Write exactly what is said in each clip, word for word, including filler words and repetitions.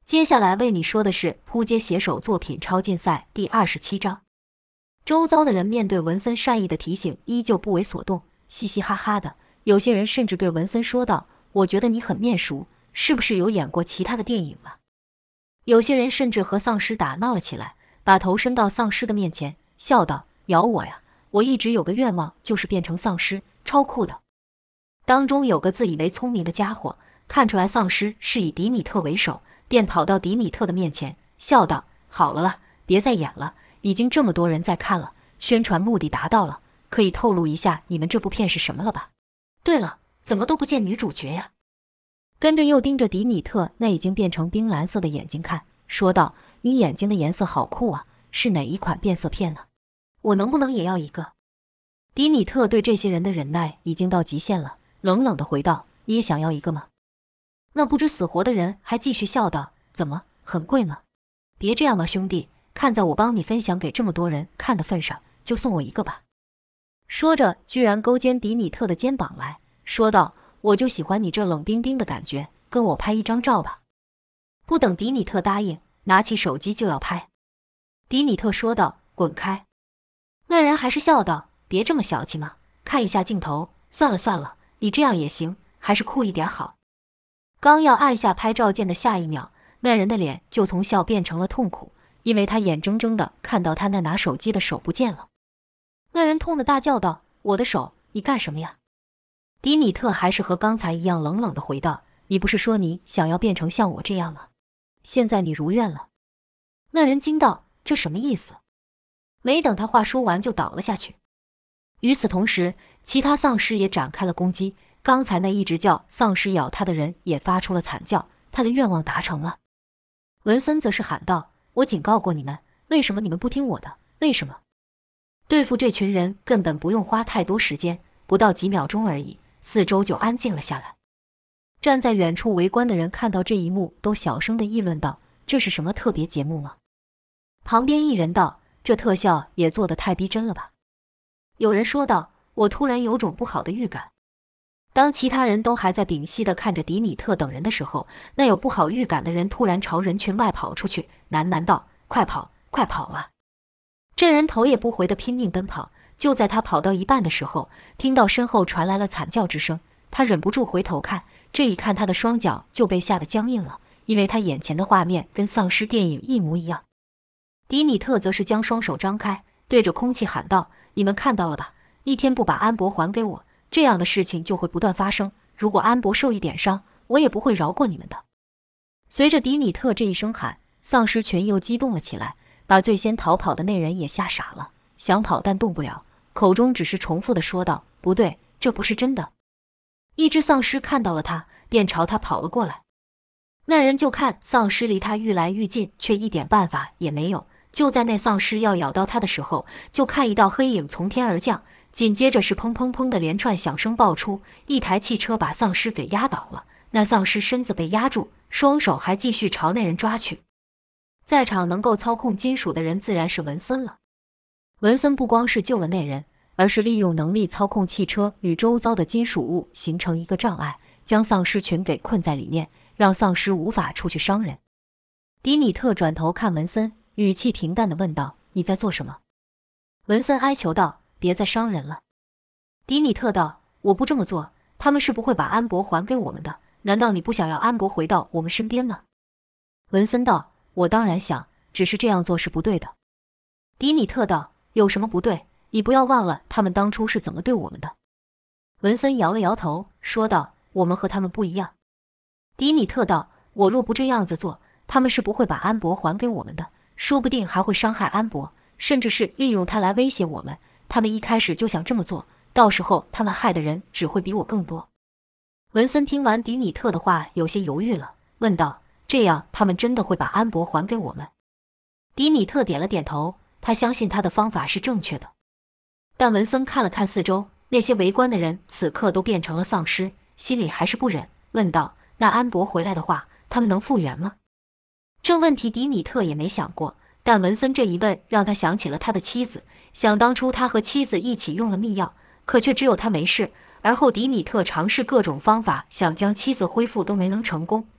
接下来为你说的是扑街写手作品超竞赛第二十七章。周遭的人面对文森善意的提醒依旧不为所动，嘻嘻哈哈的，有些人甚至对文森说道：“我觉得你很面熟，是不是有演过其他的电影了？”有些人甚至和丧尸打闹了起来，把头伸到丧尸的面前，笑道：“咬我呀！我一直有个愿望，就是变成丧尸，超酷的。”当中有个自以为聪明的家伙，看出来丧尸是以迪米特为首，便跑到迪米特的面前，笑道：“好了啦，别再演了，已经这么多人在看了，宣传目的达到了，可以透露一下你们这部片是什么了吧？对了，怎么都不见女主角呀？”跟着又盯着迪米特那已经变成冰蓝色的眼睛看，说道：“你眼睛的颜色好酷啊，是哪一款变色片呢？我能不能也要一个？”迪米特对这些人的忍耐已经到极限了，冷冷地回道：“你也想要一个吗？”那不知死活的人还继续笑道：“怎么，很贵吗？别这样吧，兄弟，看在我帮你分享给这么多人看的份上，就送我一个吧。”说着居然勾肩迪米特的肩膀来说道：“我就喜欢你这冷冰冰的感觉，跟我拍一张照吧。”不等迪米特答应，拿起手机就要拍。迪米特说道：“滚开！”那人还是笑道：“别这么小气嘛，看一下镜头，算了算了，你这样也行，还是酷一点好。”刚要按下拍照键的下一秒，那人的脸就从笑变成了痛苦，因为他眼睁睁地看到他那拿手机的手不见了。那人痛得大叫道：“我的手，你干什么呀？”迪米特还是和刚才一样冷冷地回道：“你不是说你想要变成像我这样吗？现在你如愿了。”那人惊道：“这什么意思？”没等他话说完就倒了下去。与此同时，其他丧尸也展开了攻击，刚才那一直叫丧尸咬他的人也发出了惨叫，他的愿望达成了。文森则是喊道：“我警告过你们，为什么你们不听我的？为什么？”对付这群人根本不用花太多时间，不到几秒钟而已，四周就安静了下来。站在远处围观的人看到这一幕，都小声地议论道：“这是什么特别节目吗？”旁边一人道：“这特效也做得太逼真了吧。”有人说道：“我突然有种不好的预感。”当其他人都还在屏息地看着迪米特等人的时候，那有不好预感的人突然朝人群外跑出去，喃喃道：“快跑，快跑啊！”这人头也不回地拼命奔跑，就在他跑到一半的时候，听到身后传来了惨叫之声，他忍不住回头看，这一看他的双脚就被吓得僵硬了，因为他眼前的画面跟丧尸电影一模一样。迪米特则是将双手张开，对着空气喊道：“你们看到了吧？一天不把安博还给我，这样的事情就会不断发生，如果安博受一点伤，我也不会饶过你们的。”随着迪米特这一声喊，丧尸群又激动了起来，把最先逃跑的那人也吓傻了，想跑但动不了，口中只是重复地说道：“不对，这不是真的。”一只丧尸看到了他，便朝他跑了过来。那人就看丧尸离他愈来愈近，却一点办法也没有。就在那丧尸要咬到他的时候，就看一道黑影从天而降，紧接着是砰砰砰的连串响声爆出，一台汽车把丧尸给压倒了。那丧尸身子被压住，双手还继续朝那人抓去。在场能够操控金属的人自然是文森了。文森不光是救了那人，而是利用能力操控汽车与周遭的金属物形成一个障碍，将丧尸群给困在里面，让丧尸无法出去伤人。迪米特转头看文森，语气平淡地问道：“你在做什么？”文森哀求道：“别再伤人了。”迪米特道：“我不这么做，他们是不会把安博还给我们的。难道你不想要安博回到我们身边吗？”文森道：“我当然想，只是这样做是不对的。”迪米特道：“有什么不对？你不要忘了他们当初是怎么对我们的。”文森摇了摇头，说道：“我们和他们不一样。”迪米特道：“我若不这样子做，他们是不会把安博还给我们的，说不定还会伤害安博，甚至是利用他来威胁我们。他们一开始就想这么做，到时候他们害的人只会比我更多。”文森听完迪米特的话，有些犹豫了，问道：“这样他们真的会把安博还给我们？”迪米特点了点头，他相信他的方法是正确的。但文森看了看四周，那些围观的人此刻都变成了丧尸，心里还是不忍，问道：“那安博回来的话，他们能复原吗？”这问题迪米特也没想过，但文森这一问让他想起了他的妻子，想当初他和妻子一起用了秘药，可却只有他没事，而后迪米特尝试各种方法想将妻子恢复都没能成功，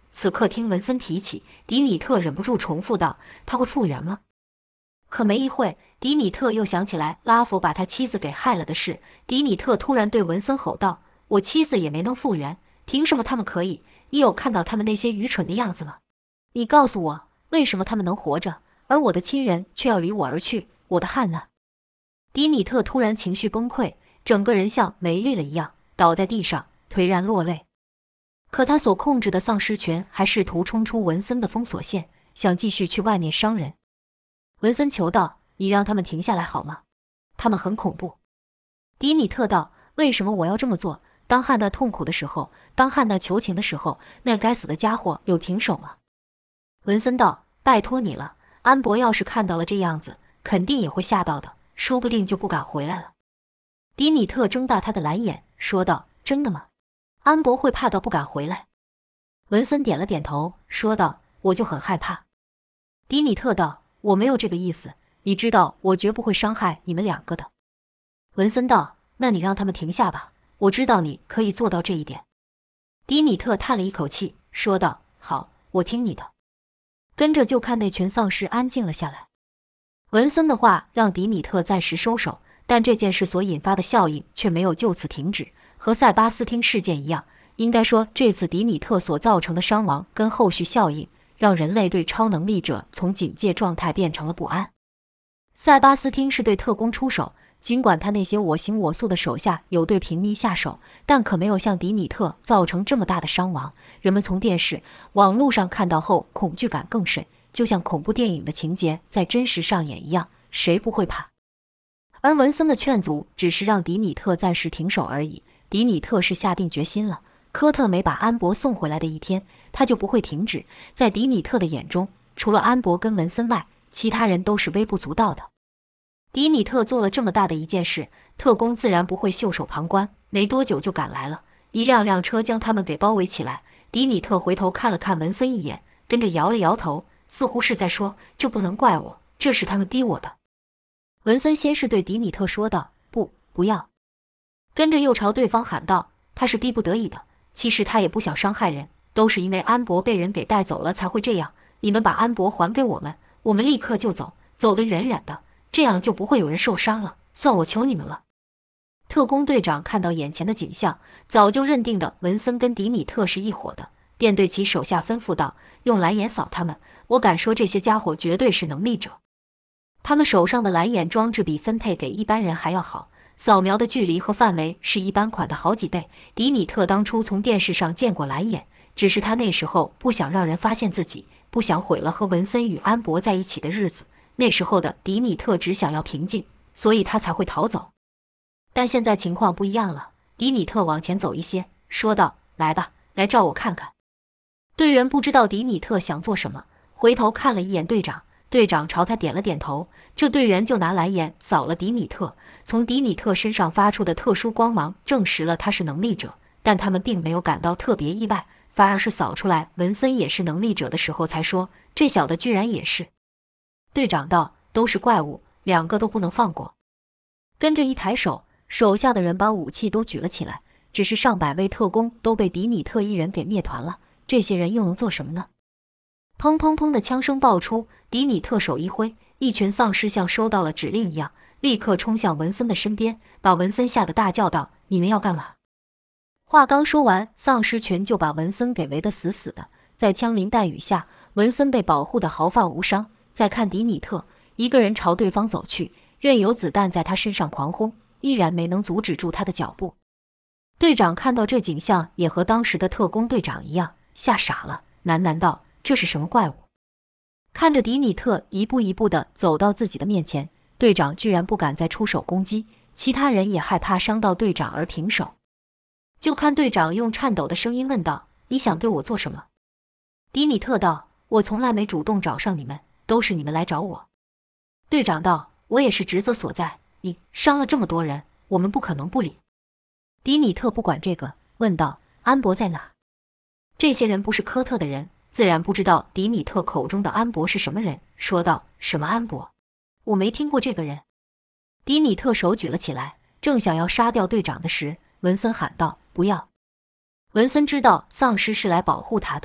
此刻听文森提起，迪米特忍不住重复道：“他会复原吗？”可没一会，迪米特又想起来拉佛把他妻子给害了的事。迪米特突然对文森吼道：“我妻子也没能复原，凭什么他们可以？你有看到他们那些愚蠢的样子吗？你告诉我，为什么他们能活着，而我的亲人却要离我而去？我的汉呢？”迪米特突然情绪崩溃，整个人像没力了一样倒在地上，颓然落泪。可他所控制的丧尸群还试图冲出文森的封锁线，想继续去外面伤人。文森求道：“你让他们停下来好吗？他们很恐怖。”迪米特道：“为什么我要这么做？当汉娜痛苦的时候，当汉娜求情的时候，那该死的家伙有停手吗？”文森道：“拜托你了，安博要是看到了这样子，肯定也会吓到的，说不定就不敢回来了。”迪米特睁大他的蓝眼，说道：“真的吗？安博会怕到不敢回来？”文森点了点头，说道：“我就很害怕。”迪米特道：“我没有这个意思，你知道我绝不会伤害你们两个的。”文森道：“那你让他们停下吧，我知道你可以做到这一点。”迪米特叹了一口气，说道：“好，我听你的。”跟着就看那群丧尸安静了下来。文森的话让迪米特暂时收手，但这件事所引发的效应却没有就此停止。和塞巴斯汀事件一样，应该说这次迪米特所造成的伤亡跟后续效应，让人类对超能力者从警戒状态变成了不安。塞巴斯汀是对特工出手，尽管他那些我行我素的手下有对平民下手，但可没有像迪米特造成这么大的伤亡。人们从电视、网络上看到后，恐惧感更甚，就像恐怖电影的情节在真实上演一样，谁不会怕？而文森的劝阻只是让迪米特暂时停手而已。迪米特是下定决心了，科特没把安博送回来的一天，他就不会停止。在迪米特的眼中，除了安博跟文森外，其他人都是微不足道的。迪米特做了这么大的一件事，特工自然不会袖手旁观，没多久就赶来了，一辆辆车将他们给包围起来。迪米特回头看了看文森一眼，跟着摇了摇头，似乎是在说：“这不能怪我，这是他们逼我的。”文森先是对迪米特说道：“不，不要。”跟着又朝对方喊道：“他是逼不得已的，其实他也不想伤害人，都是因为安博被人给带走了才会这样。你们把安博还给我们，我们立刻就走，走得远远的，这样就不会有人受伤了，算我求你们了。”特工队长看到眼前的景象，早就认定的文森跟迪米特是一伙的，便对其手下吩咐道：“用蓝眼扫他们，我敢说这些家伙绝对是能力者。他们手上的蓝眼装置比分配给一般人还要好，扫描的距离和范围是一般款的好几倍。迪米特当初从电视上见过蓝眼，只是他那时候不想让人发现自己，不想毁了和文森与安博在一起的日子。那时候的迪米特只想要平静，所以他才会逃走。但现在情况不一样了，迪米特往前走一些，说道：“来吧，来照我看看。”队员不知道迪米特想做什么，回头看了一眼队长，队长朝他点了点头，这队员就拿蓝眼扫了迪米特。从迪米特身上发出的特殊光芒证实了他是能力者，但他们并没有感到特别意外，反而是扫出来文森也是能力者的时候才说：“这小子居然也是。”队长道：“都是怪物，两个都不能放过。”跟着一抬手，手下的人把武器都举了起来，只是上百位特工都被迪米特一人给灭团了，这些人又能做什么呢？砰砰砰的枪声爆出，迪米特手一挥，一群丧尸像收到了指令一样，立刻冲向文森的身边，把文森吓得大叫道：“你们要干嘛？”话刚说完，丧尸群就把文森给围得死死的，在枪林弹雨下，文森被保护得毫发无伤。再看迪米特，一个人朝对方走去，任由子弹在他身上狂轰，依然没能阻止住他的脚步。队长看到这景象，也和当时的特工队长一样，吓傻了，喃喃道：“这是什么怪物？”看着迪米特一步一步地走到自己的面前，队长居然不敢再出手攻击，其他人也害怕伤到队长而停手。就看队长用颤抖的声音问道：“你想对我做什么？”迪米特道：“我从来没主动找上你们，都是你们来找我。”队长道：“我也是职责所在，你伤了这么多人，我们不可能不理。”迪米特不管这个，问道：“安博在哪？”这些人不是科特的人，自然不知道迪米特口中的安博是什么人，说道：“什么安博？我没听过这个人。”迪米特手举了起来，正想要杀掉队长的时，文森喊道：“不要！”文森知道丧尸是来保护他的，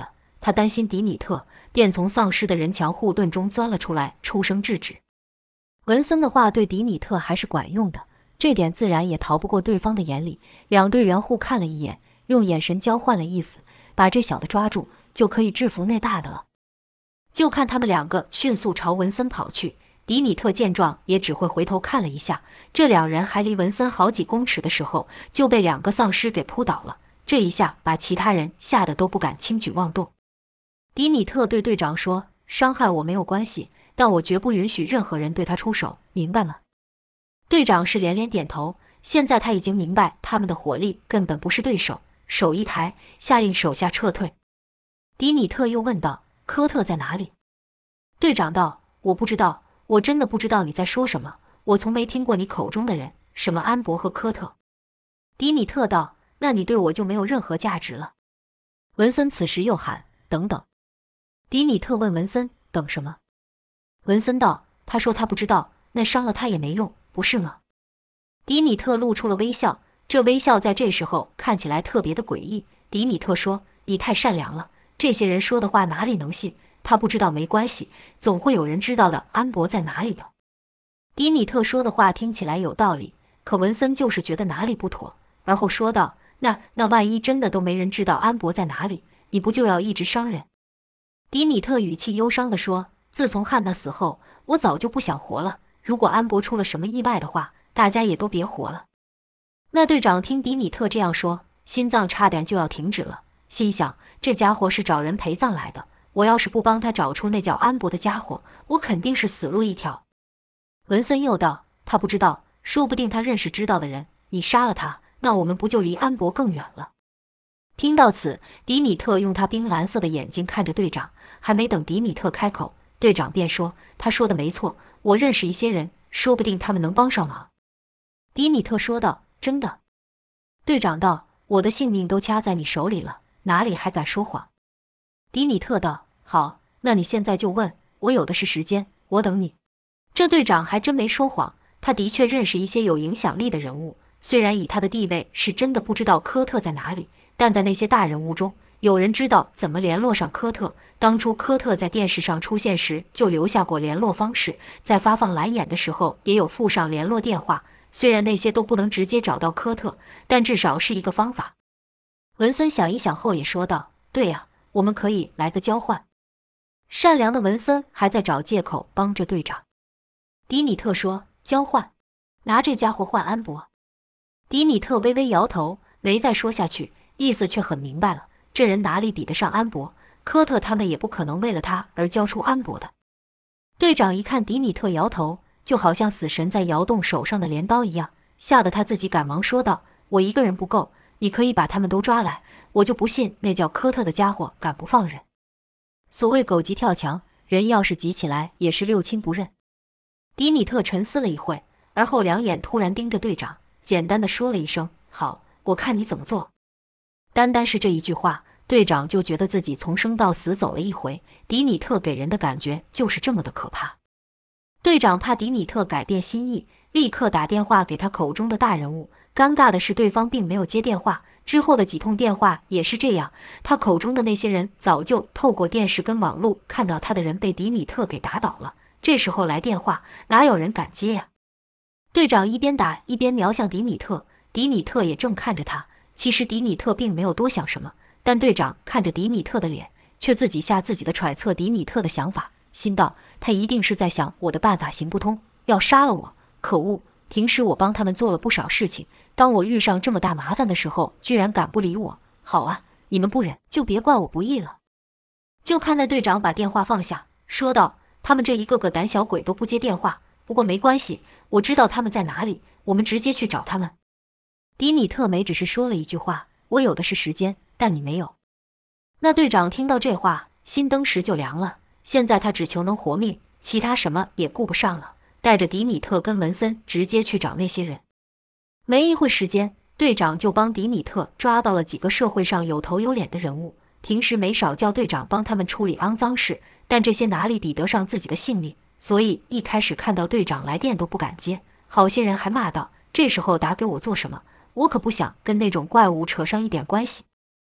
他担心迪米特，便从丧尸的人墙护盾中钻了出来，出声制止。文森的话对迪米特还是管用的，这点自然也逃不过对方的眼里。两队员互看了一眼，用眼神交换了意思，把这小的抓住，就可以制服那大的了。就看他们两个迅速朝文森跑去。迪米特见状也只会回头看了一下，这两人还离文森好几公尺的时候，就被两个丧尸给扑倒了。这一下把其他人吓得都不敢轻举妄动。迪米特对队长说：“伤害我没有关系，但我绝不允许任何人对他出手，明白吗？”队长是连连点头。现在他已经明白他们的火力根本不是对手，手一抬，下令手下撤退。迪米特又问道：“科特在哪里？”队长道：“我不知道。我真的不知道你在说什么，我从没听过你口中的人，什么安博和科特。”迪米特道：“那你对我就没有任何价值了。”文森此时又喊：“等等！”迪米特问文森：“等什么？”文森道：“他说他不知道，那伤了他也没用，不是吗？”迪米特露出了微笑，这微笑在这时候看起来特别的诡异。迪米特说：“你太善良了，这些人说的话哪里能信？他不知道没关系，总会有人知道的。安博在哪里的？”迪米特说的话听起来有道理，可文森就是觉得哪里不妥，而后说道：“那那万一真的都没人知道安博在哪里，你不就要一直伤人？”迪米特语气忧伤地说：“自从汉娜死后，我早就不想活了。如果安博出了什么意外的话，大家也都别活了。”那队长听迪米特这样说，心脏差点就要停止了，心想：这家伙是找人陪葬来的，我要是不帮他找出那叫安博的家伙，我肯定是死路一条。文森又道：“他不知道，说不定他认识知道的人，你杀了他，那我们不就离安博更远了？”听到此，迪米特用他冰蓝色的眼睛看着队长，还没等迪米特开口，队长便说：“他说的没错，我认识一些人，说不定他们能帮上忙。”迪米特说道：“真的？”队长道：“我的性命都掐在你手里了，哪里还敢说谎？”迪米特道：“好，那你现在就问，我有的是时间，我等你。”这队长还真没说谎，他的确认识一些有影响力的人物，虽然以他的地位是真的不知道科特在哪里，但在那些大人物中，有人知道怎么联络上科特。当初科特在电视上出现时就留下过联络方式，在发放蓝眼的时候也有附上联络电话。虽然那些都不能直接找到科特，但至少是一个方法。文森想一想后也说道：“对呀，我们可以来个交换。”善良的文森还在找借口帮着队长。迪米特说：“交换？拿这家伙换安博？”迪米特微微摇头，没再说下去，意思却很明白了，这人哪里比得上安博？科特他们也不可能为了他而交出安博的。队长一看迪米特摇头，就好像死神在摇动手上的镰刀一样，吓得他自己赶忙说道：“我一个人不够，你可以把他们都抓来，我就不信那叫科特的家伙敢不放人。所谓狗急跳墙，人要是急起来也是六亲不认。”迪米特沉思了一会，而后两眼突然盯着队长，简单的说了一声：“好，我看你怎么做。”单单是这一句话，队长就觉得自己从生到死走了一回。迪米特给人的感觉就是这么的可怕。队长怕迪米特改变心意，立刻打电话给他口中的大人物。尴尬的是，对方并没有接电话。之后的几通电话也是这样，他口中的那些人早就透过电视跟网络看到他的人被迪米特给打倒了。这时候来电话，哪有人敢接呀？队长一边打一边瞄向迪米特，迪米特也正看着他。其实迪米特并没有多想什么，但队长看着迪米特的脸，却自己下自己的揣测迪米特的想法，心道他一定是在想我的办法行不通，要杀了我。可恶，平时我帮他们做了不少事情，当我遇上这么大麻烦的时候，居然敢不理我。好啊，你们不忍就别怪我不义了。就看那队长把电话放下，说道：“他们这一个个胆小鬼都不接电话，不过没关系，我知道他们在哪里，我们直接去找他们。”迪米特梅只是说了一句话：“我有的是时间，但你没有。”那队长听到这话，心登时就凉了。现在他只求能活命，其他什么也顾不上了，带着迪米特跟文森直接去找那些人。没一会时间，队长就帮迪米特抓到了几个社会上有头有脸的人物。平时没少叫队长帮他们处理肮脏事，但这些哪里比得上自己的性命，所以一开始看到队长来电都不敢接。好些人还骂道：“这时候打给我做什么？我可不想跟那种怪物扯上一点关系。”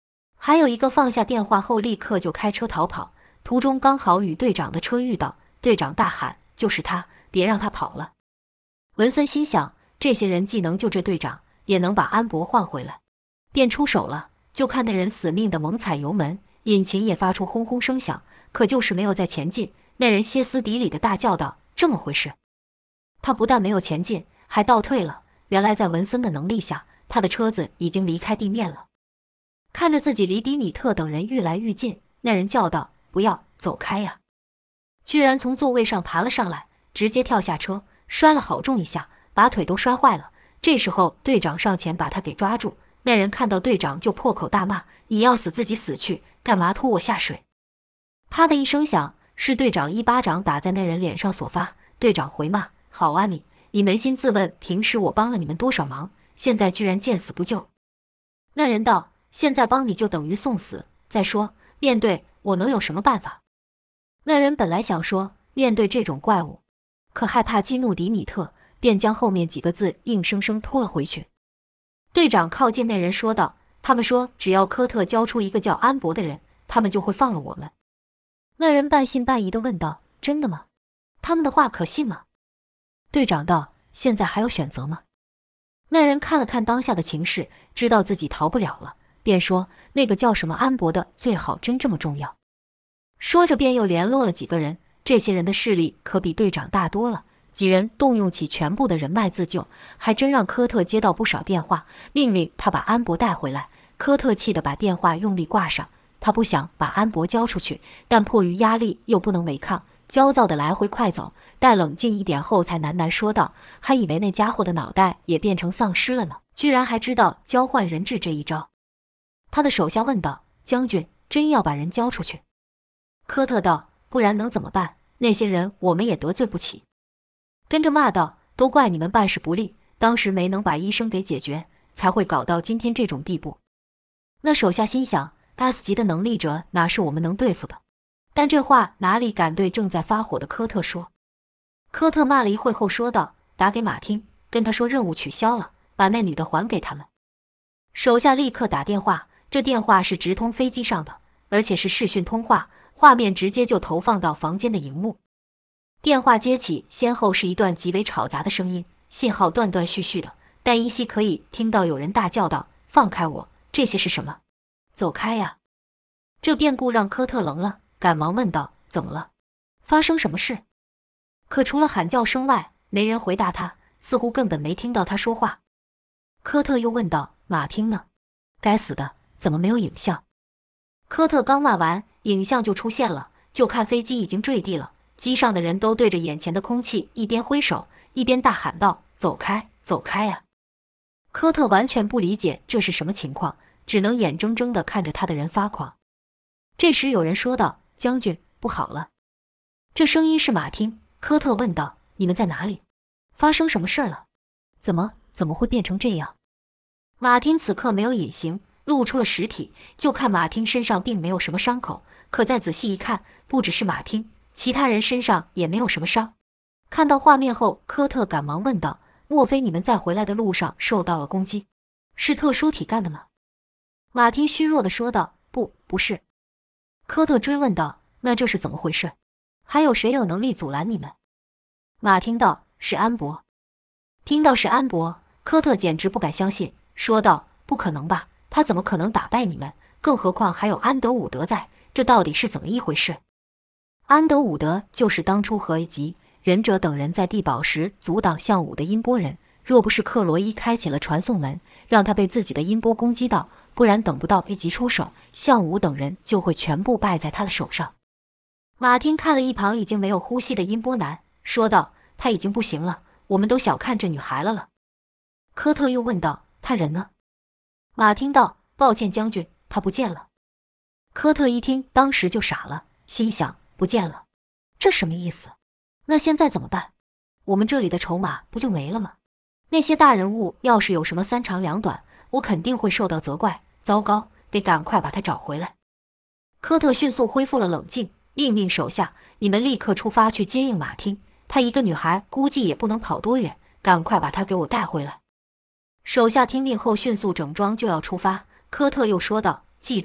还有一个放下电话后立刻就开车逃跑，途中刚好与队长的车遇到，队长大喊：“就是他，别让他跑了！”文森心想，这些人既能救这队长，也能把安博换回来，便出手了。就看那人死命地猛踩油门，引擎也发出轰轰声响，可就是没有再前进。那人歇斯底里地大叫道：“这么回事？”他不但没有前进，还倒退了。原来在文森的能力下，他的车子已经离开地面了。看着自己离迪米特等人愈来愈近，那人叫道：“不要，走开呀！”居然从座位上爬了上来，直接跳下车，摔了好重一下，把腿都摔坏了。这时候队长上前把他给抓住，那人看到队长就破口大骂：“你要死自己死去，干嘛拖我下水？”啪的一声响，是队长一巴掌打在那人脸上所发。队长回骂：“好啊你，你扪心自问，平时我帮了你们多少忙，现在居然见死不救。”那人道：“现在帮你就等于送死，再说面对我能有什么办法？”那人本来想说面对这种怪物，可害怕激怒迪米特，便将后面几个字硬生生拖了回去。队长靠近那人说道：“他们说只要科特交出一个叫安博的人，他们就会放了我们。”那人半信半疑地问道：“真的吗？他们的话可信吗？”队长道：“现在还有选择吗？”那人看了看当下的情势，知道自己逃不了了，便说：“那个叫什么安博的，最好真这么重要。”说着便又联络了几个人，这些人的势力可比队长大多了。几人动用起全部的人脉自救，还真让科特接到不少电话，命令他把安博带回来。科特气得把电话用力挂上，他不想把安博交出去，但迫于压力又不能违抗，焦躁地来回快走。待冷静一点后，才喃喃说道：“还以为那家伙的脑袋也变成丧尸了呢，居然还知道交换人质这一招。”他的手下问道：“将军，真要把人交出去？”科特道：“不然能怎么办？那些人我们也得罪不起。”跟着骂道：“都怪你们办事不力，当时没能把医生给解决，才会搞到今天这种地步。”那手下心想， S 级的能力者哪是我们能对付的？但这话哪里敢对正在发火的科特说。科特骂了一会后说道：“打给马汀，跟他说任务取消了，把那女的还给他们。”手下立刻打电话，这电话是直通飞机上的，而且是视讯通话，画面直接就投放到房间的荧幕。电话接起，先后是一段极为吵杂的声音，信号断断续续的，但依稀可以听到有人大叫道：“放开我！这些是什么？走开呀！”这变故让科特愣了，赶忙问道：“怎么了？发生什么事？”可除了喊叫声外，没人回答他，似乎根本没听到他说话。科特又问道：“马汀呢？该死的，怎么没有影像？”科特刚骂完，影像就出现了，就看飞机已经坠地了。机上的人都对着眼前的空气一边挥手一边大喊道：“走开，走开呀！”科特完全不理解这是什么情况，只能眼睁睁地看着他的人发狂。这时有人说道：“将军，不好了！”这声音是马汀。科特问道：“你们在哪里？发生什么事了？怎么怎么会变成这样？”马汀此刻没有隐形，露出了实体，就看马汀身上并没有什么伤口，可再仔细一看，不只是马汀，其他人身上也没有什么伤。看到画面后，科特赶忙问道：“莫非你们在回来的路上受到了攻击？是特殊体干的吗？”马汀虚弱地说道：“不，不是。”科特追问道：“那这是怎么回事？还有谁有能力阻拦你们？”马汀道：“是安博。”听到是安博，科特简直不敢相信，说道：“不可能吧，他怎么可能打败你们？更何况还有安德伍德在，这到底是怎么一回事？”安德伍德就是当初和吉忍者等人在地堡时阻挡项武的音波人，若不是克罗伊开启了传送门，让他被自己的音波攻击到，不然等不到贝吉出手，项武等人就会全部败在他的手上。马汀看了一旁已经没有呼吸的音波男，说道：“他已经不行了，我们都小看这女孩了了。”科特又问道：“他人呢？”马汀道：“抱歉将军，他不见了。”科特一听当时就傻了，心想：不见了，这什么意思？那现在怎么办？我们这里的筹码不就没了吗？那些大人物要是有什么三长两短，我肯定会受到责怪。糟糕，得赶快把他找回来。科特迅速恢复了冷静，命令手下：“你们立刻出发去接应马汀，她一个女孩估计也不能跑多远，赶快把她给我带回来。”手下听令后迅速整装就要出发。科特又说道：“记住，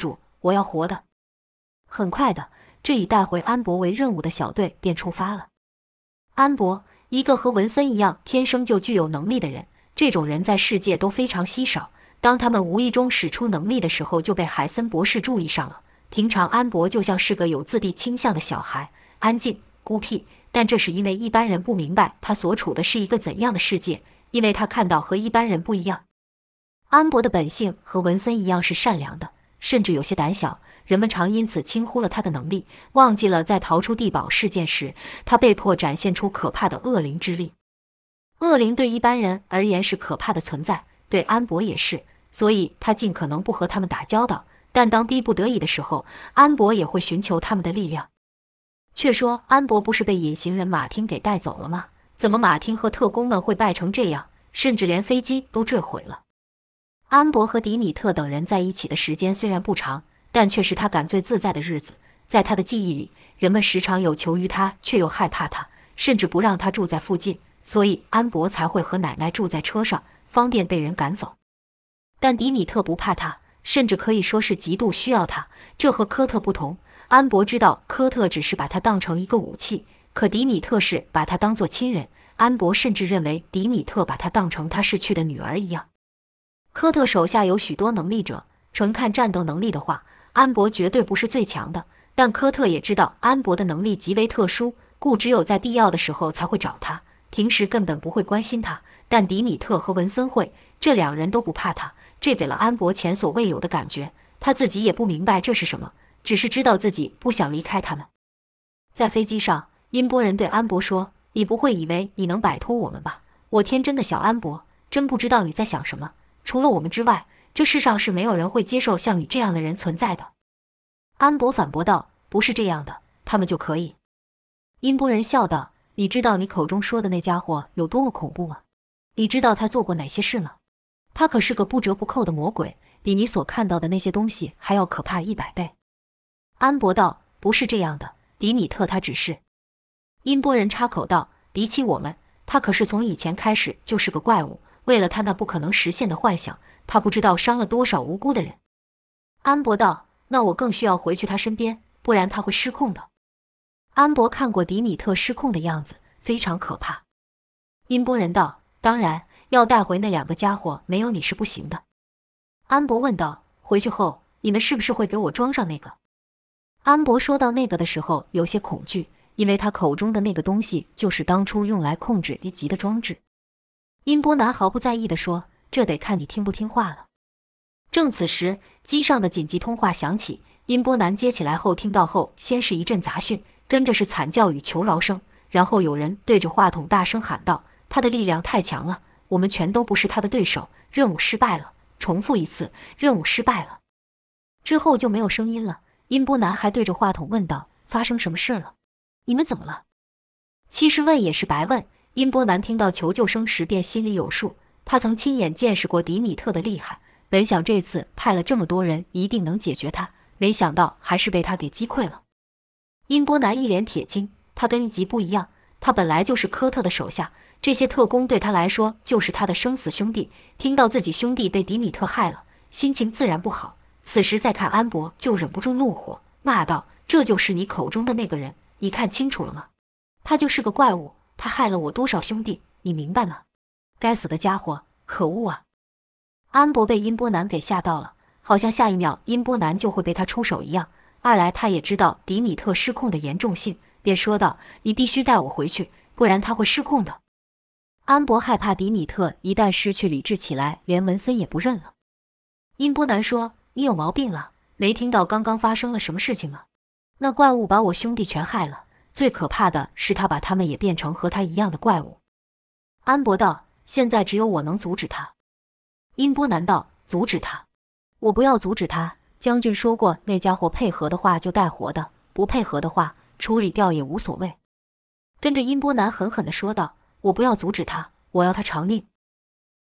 我要活的。很快的，这以带回安博为任务的小队便出发了。安博，一个和文森一样天生就具有能力的人，这种人在世界都非常稀少。当他们无意中使出能力的时候，就被海森博士注意上了。平常安博就像是个有自闭倾向的小孩，安静孤僻，但这是因为一般人不明白他所处的是一个怎样的世界，因为他看到和一般人不一样。安博的本性和文森一样是善良的，甚至有些胆小，人们常因此轻忽了他的能力，忘记了在逃出地堡事件时，他被迫展现出可怕的恶灵之力。恶灵对一般人而言是可怕的存在，对安博也是，所以他尽可能不和他们打交道，但当逼不得已的时候，安博也会寻求他们的力量。却说安博不是被隐形人马汀给带走了吗？怎么马汀和特工们会败成这样，甚至连飞机都坠毁了？安博和迪米特等人在一起的时间虽然不长，但却是他感最自在的日子。在他的记忆里，人们时常有求于他，却又害怕他，甚至不让他住在附近，所以安博才会和奶奶住在车上，方便被人赶走。但迪米特不怕他，甚至可以说是极度需要他，这和科特不同。安博知道科特只是把他当成一个武器，可迪米特是把他当作亲人。安博甚至认为迪米特把他当成他逝去的女儿一样。科特手下有许多能力者，纯看战斗能力的话，安博绝对不是最强的，但科特也知道安博的能力极为特殊，故只有在必要的时候才会找他，平时根本不会关心他。但迪米特和文森会，这两人都不怕他，这给了安博前所未有的感觉。他自己也不明白这是什么，只是知道自己不想离开他们。在飞机上，音波人对安博说：“你不会以为你能摆脱我们吧？我天真的小安博，真不知道你在想什么。除了我们之外，这世上是没有人会接受像你这样的人存在的。”安博反驳道：“不是这样的，他们就可以。”音波人笑道：“你知道你口中说的那家伙有多么恐怖吗？你知道他做过哪些事吗？他可是个不折不扣的魔鬼，比你所看到的那些东西还要可怕一百倍。”安博道：“不是这样的，迪米特他只是……”音波人插口道：“比起我们，他可是从以前开始就是个怪物。为了他那不可能实现的幻想，他不知道伤了多少无辜的人。”安博道：“那我更需要回去他身边，不然他会失控的。”安博看过迪米特失控的样子，非常可怕。音波人道：“当然，要带回那两个家伙，没有你是不行的。”安博问道：“回去后，你们是不是会给我装上那个？”安博说到那个的时候有些恐惧，因为他口中的那个东西就是当初用来控制一级的装置。音波男毫不在意地说：“这得看你听不听话了。”正此时，机上的紧急通话响起，音波男接起来后听到后，先是一阵杂讯，跟着是惨叫与求饶声，然后有人对着话筒大声喊道：“他的力量太强了，我们全都不是他的对手，任务失败了，重复一次，任务失败了。”之后就没有声音了。音波男还对着话筒问道：“发生什么事了？你们怎么了？”其实问也是白问，音波男听到求救声时便心里有数，他曾亲眼见识过迪米特的厉害，本想这次派了这么多人一定能解决他，没想到还是被他给击溃了。音波男一脸铁青，他跟一级不一样，他本来就是科特的手下，这些特工对他来说就是他的生死兄弟，听到自己兄弟被迪米特害了，心情自然不好。此时再看安博，就忍不住怒火，骂道：“这就是你口中的那个人，你看清楚了吗？他就是个怪物，他害了我多少兄弟，你明白吗？该死的家伙，可恶啊！”安博被音波男给吓到了，好像下一秒音波男就会被他出手一样。二来他也知道迪米特失控的严重性，便说道：“你必须带我回去，不然他会失控的。”安博害怕迪米特一旦失去理智起来，连文森也不认了。音波男说：“你有毛病了，没听到刚刚发生了什么事情吗？那怪物把我兄弟全害了，最可怕的是他把他们也变成和他一样的怪物。”安博道：“现在只有我能阻止他。”音波男道：“阻止他？我不要阻止他。将军说过，那家伙配合的话就带活的，不配合的话处理掉也无所谓。”跟着音波男狠狠地说道：“我不要阻止他，我要他偿命。”